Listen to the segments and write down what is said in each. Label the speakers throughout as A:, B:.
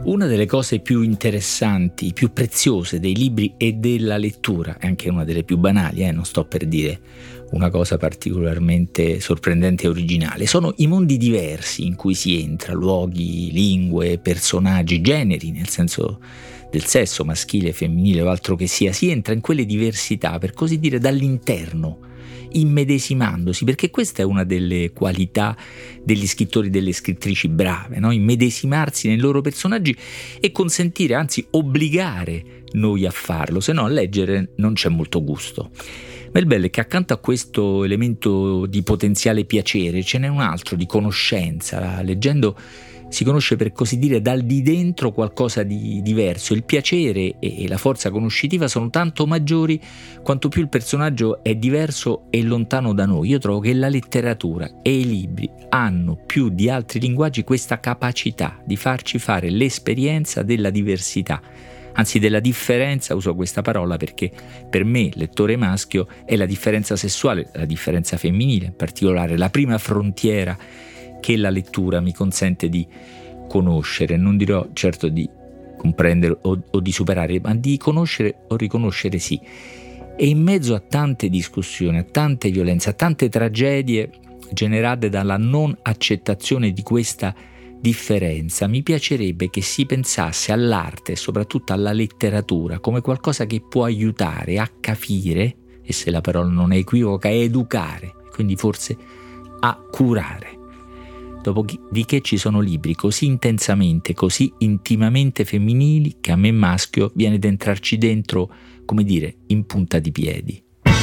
A: Una delle cose più interessanti, più preziose dei libri e della lettura, è anche una delle più banali, non sto per dire una cosa particolarmente sorprendente e originale, sono i mondi diversi in cui si entra, luoghi, lingue, personaggi, generi, nel senso del sesso maschile, femminile o altro che sia, si entra in quelle diversità, per così dire, dall'interno, immedesimandosi, perché questa è una delle qualità degli scrittori e delle scrittrici brave, no? Immedesimarsi nei loro personaggi e consentire, anzi obbligare noi a farlo, se no a leggere non c'è molto gusto. Ma il bello è che accanto a questo elemento di potenziale piacere ce n'è un altro di conoscenza. Leggendo si conosce, per così dire, dal di dentro qualcosa di diverso. Il piacere e la forza conoscitiva sono tanto maggiori quanto più il personaggio è diverso e lontano da noi. Io trovo che la letteratura e i libri hanno più di altri linguaggi questa capacità di farci fare l'esperienza della diversità, anzi della differenza. Uso questa parola perché per me, lettore maschio, è la differenza sessuale, la differenza femminile in particolare, la prima frontiera che la lettura mi consente di conoscere. Non dirò certo di comprendere o di superare, ma di conoscere o riconoscere, sì. E in mezzo a tante discussioni, a tante violenze, a tante tragedie generate dalla non accettazione di questa differenza, mi piacerebbe che si pensasse all'arte e soprattutto alla letteratura come qualcosa che può aiutare a capire, e se la parola non è equivoca, a educare, quindi forse a curare. Dopodiché ci sono libri così intensamente, così intimamente femminili che a me maschio viene da entrarci dentro, come dire, in punta di piedi.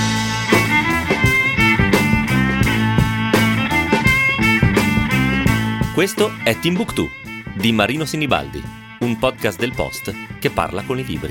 B: Questo è Timbuktu di Marino Sinibaldi, un podcast del Post che parla con i libri.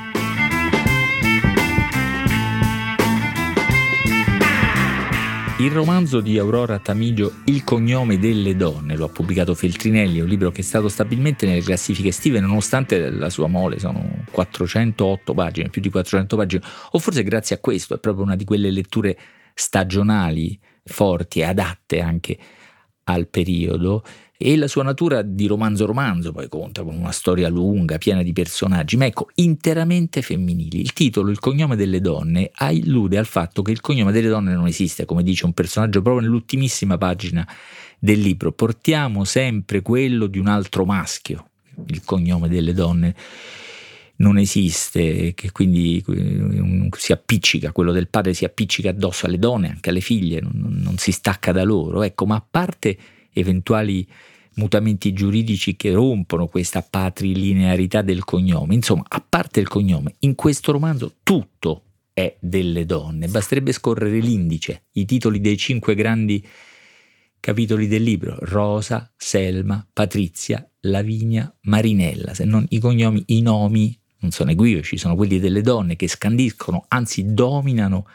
A: Il romanzo di Aurora Tamigio, Il cognome delle donne, lo ha pubblicato Feltrinelli, è un libro che è stato stabilmente nelle classifiche estive nonostante la sua mole, sono 408 pagine, più di 400 pagine, o forse grazie a questo è proprio una di quelle letture stagionali, forti e adatte anche al periodo. E la sua natura di romanzo poi conta con una storia lunga, piena di personaggi, ma ecco, interamente femminili. Il titolo, Il cognome delle donne, allude al fatto che il cognome delle donne non esiste, come dice un personaggio proprio nell'ultimissima pagina del libro. Portiamo sempre quello di un altro maschio. Il cognome delle donne non esiste, che quindi si appiccica, quello del padre si appiccica addosso alle donne, anche alle figlie, non si stacca da loro. Ecco, ma a parte eventuali mutamenti giuridici che rompono questa patrilinearità del cognome, insomma, a parte il cognome, in questo romanzo tutto è delle donne. Basterebbe scorrere l'indice, i titoli dei 5 grandi capitoli del libro: Rosa, Selma, Patrizia, Lavinia, Marinella. Se non i cognomi, i nomi non sono equivoci, sono quelli delle donne che scandiscono, anzi dominano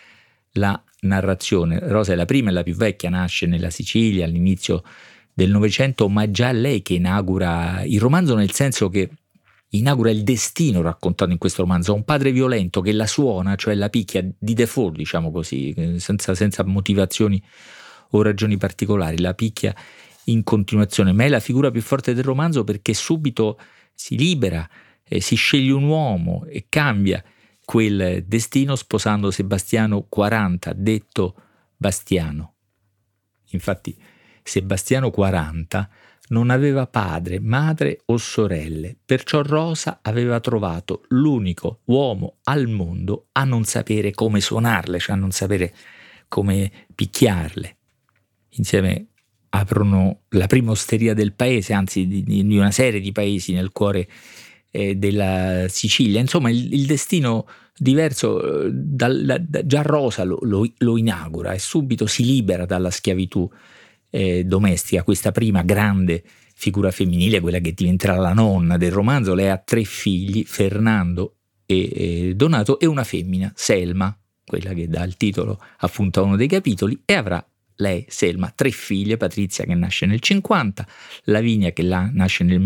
A: la narrazione. Rosa è la prima e la più vecchia, nasce nella Sicilia all'inizio del Novecento, ma è già lei che inaugura il romanzo, nel senso che inaugura il destino raccontato in questo romanzo. Un padre violento che la suona, cioè la picchia di default, diciamo così, senza motivazioni o ragioni particolari, la picchia in continuazione, ma è la figura più forte del romanzo perché subito si libera, si sceglie un uomo e cambia quel destino sposando Sebastiano 40, detto Bastiano. Infatti Sebastiano 40 non aveva padre, madre o sorelle, perciò Rosa aveva trovato l'unico uomo al mondo a non sapere come suonarle, cioè a non sapere come picchiarle. Insieme aprono la prima osteria del paese, anzi di una serie di paesi nel cuore della Sicilia. Insomma, il destino diverso già Rosa lo inaugura e subito si libera dalla schiavitù domestica, questa prima grande figura femminile, quella che diventerà la nonna del romanzo. Lei ha 3 figli, Fernando e Donato, e una femmina, Selma, quella che dà il titolo appunto a uno dei capitoli, e avrà lei, Selma, 3 figlie: Patrizia, che nasce nel 50, Lavinia, che nasce nel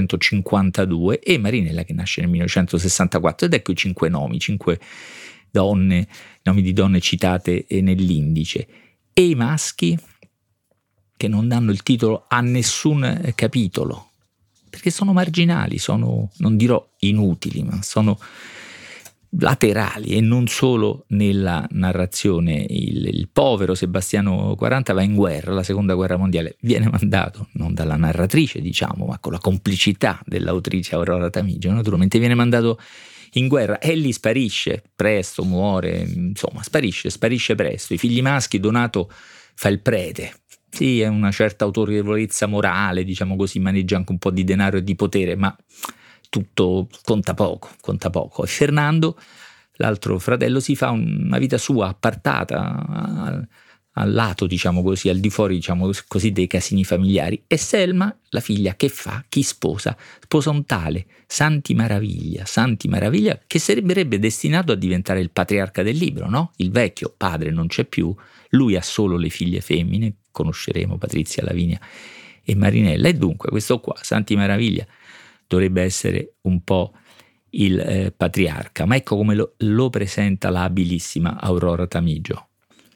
A: 1952, e Marinella, che nasce nel 1964. Ed ecco i 5 nomi, 5 donne, nomi di donne citate nell'indice. E i maschi, che non danno il titolo a nessun capitolo. perché sono marginali, sono, non dirò inutili, ma sono laterali, e non solo nella narrazione. Il povero Sebastiano 40 va in guerra, la seconda guerra mondiale, viene mandato non dalla narratrice, diciamo, ma con la complicità dell'autrice Aurora Tamigio, naturalmente viene mandato in guerra, e lì sparisce presto, muore, insomma sparisce presto. I figli maschi, Donato fa il prete, sì, è una certa autorevolezza morale, diciamo così, maneggia anche un po' di denaro e di potere, ma tutto conta poco. E Fernando, l'altro fratello, si fa una vita sua appartata, al lato, diciamo così, al di fuori, diciamo così, dei casini familiari. E Selma, la figlia, che fa? Chi sposa? Sposa un tale Santi Maraviglia, che sarebbe destinato a diventare il patriarca del libro, no? Il vecchio padre non c'è più, lui ha solo le figlie femmine, conosceremo Patrizia, Lavinia e Marinella, e dunque questo qua, Santi Maraviglia, dovrebbe essere un po' il patriarca. Ma ecco come lo presenta la abilissima Aurora Tamigio.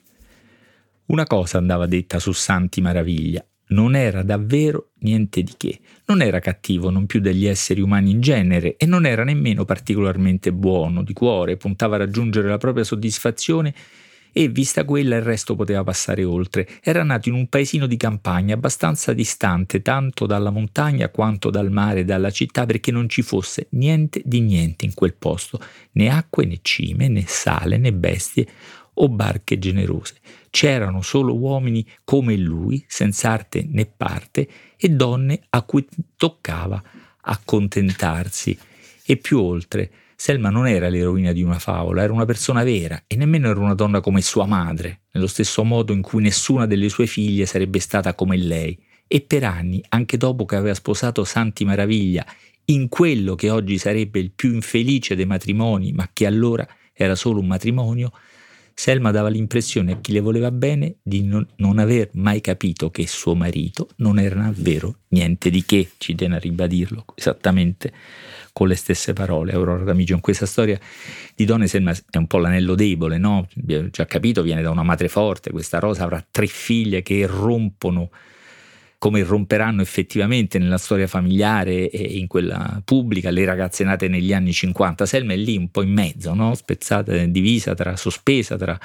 A: Una cosa andava detta su Santi Maraviglia: non era davvero niente di che, non era cattivo non più degli esseri umani in genere, e non era nemmeno particolarmente buono di cuore, puntava a raggiungere la propria soddisfazione, e vista quella il resto poteva passare oltre. Era nato in un paesino di campagna abbastanza distante tanto dalla montagna quanto dal mare e dalla città, perché non ci fosse niente di niente in quel posto, né acque né cime né sale né bestie o barche generose. C'erano solo uomini come lui, senza arte né parte, e donne a cui toccava accontentarsi. E più oltre, Selma non era l'eroina di una favola, era una persona vera, e nemmeno era una donna come sua madre, nello stesso modo in cui nessuna delle sue figlie sarebbe stata come lei. E per anni, anche dopo che aveva sposato Santi Maraviglia, in quello che oggi sarebbe il più infelice dei matrimoni, ma che allora era solo un matrimonio, Selma dava l'impressione a chi le voleva bene di non aver mai capito che suo marito non era davvero niente di che. Ci tiene a ribadirlo esattamente con le stesse parole Aurora Tamigio. In questa storia di donne Selma è un po' l'anello debole, no? Abbiamo già capito, viene da una madre forte, questa Rosa avrà 3 figlie che irrompono, come irromperanno effettivamente nella storia familiare e in quella pubblica, le ragazze nate negli anni 50. Selma è lì un po' in mezzo, no? Spezzata, divisa, sospesa tra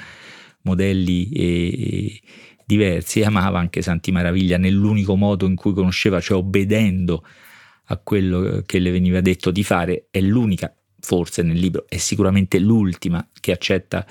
A: modelli diversi. E amava anche Santi Maraviglia nell'unico modo in cui conosceva, cioè obbedendo a quello che le veniva detto di fare. È l'unica, forse nel libro, è sicuramente l'ultima che accetta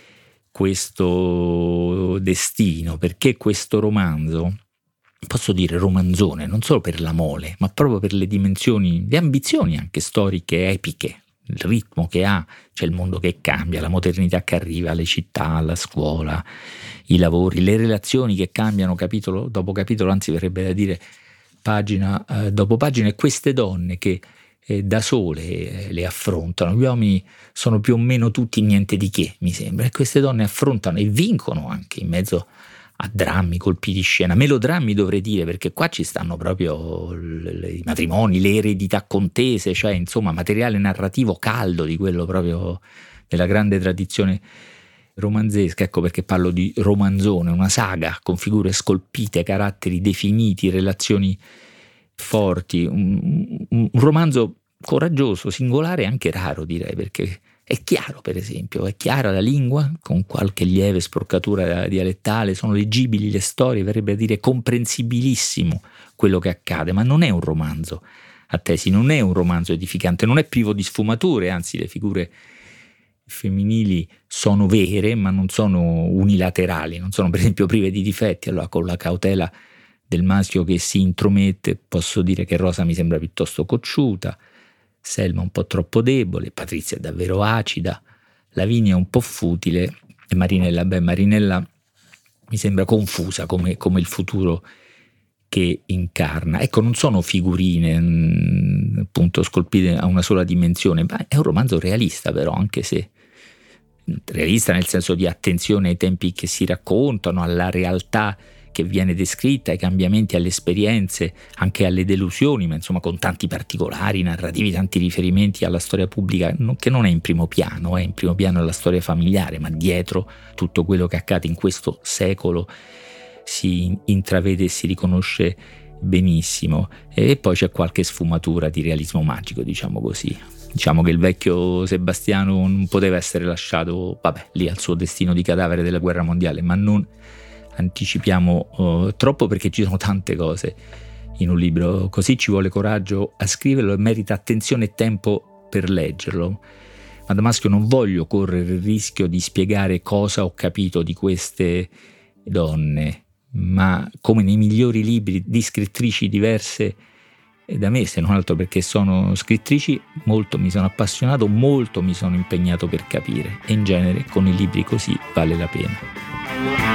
A: questo destino, perché questo romanzo, posso dire romanzone, non solo per la mole, ma proprio per le dimensioni, le ambizioni anche storiche, epiche, il ritmo che ha, c'è il mondo che cambia, la modernità che arriva, le città, la scuola, i lavori, le relazioni che cambiano capitolo dopo capitolo, anzi verrebbe da dire pagina dopo pagina, e queste donne che da sole le affrontano. Gli uomini sono più o meno tutti niente di che, mi sembra, e queste donne affrontano e vincono anche in mezzo a drammi, colpi di scena, melodrammi dovrei dire, perché qua ci stanno proprio i matrimoni, le eredità contese, cioè insomma materiale narrativo caldo di quello proprio della grande tradizione romanzesca. Ecco perché parlo di romanzone, una saga con figure scolpite, caratteri definiti, relazioni forti, un romanzo coraggioso, singolare e anche raro, direi, perché è chiaro, per esempio, è chiara la lingua, con qualche lieve sporcatura dialettale, sono leggibili le storie, verrebbe a dire comprensibilissimo quello che accade, ma non è un romanzo a tesi, non è un romanzo edificante, non è privo di sfumature, anzi le figure femminili sono vere, ma non sono unilaterali, non sono per esempio prive di difetti. Allora, con la cautela del maschio che si intromette, posso dire che Rosa mi sembra piuttosto cocciuta, Selma un po' troppo debole, Patrizia è davvero acida, Lavinia un po' futile, e Marinella mi sembra confusa come il futuro che incarna. Ecco, non sono figurine appunto scolpite a una sola dimensione, ma è un romanzo realista, però, anche se realista nel senso di attenzione ai tempi che si raccontano, alla realtà che viene descritta, ai cambiamenti, alle esperienze, anche alle delusioni, ma insomma con tanti particolari narrativi, tanti riferimenti alla storia pubblica, che non è in primo piano, è in primo piano la storia familiare, ma dietro tutto quello che accade in questo secolo si intravede e si riconosce benissimo, e poi c'è qualche sfumatura di realismo magico, diciamo così. Diciamo che il vecchio Sebastiano non poteva essere lasciato, lì al suo destino di cadavere della guerra mondiale, ma non anticipiamo troppo, perché ci sono tante cose in un libro così, ci vuole coraggio a scriverlo e merita attenzione e tempo per leggerlo. Ma Damasio, non voglio correre il rischio di spiegare cosa ho capito di queste donne, ma come nei migliori libri di scrittrici diverse da me, se non altro perché sono scrittrici, molto mi sono appassionato, molto mi sono impegnato per capire, e in genere con i libri così vale la pena.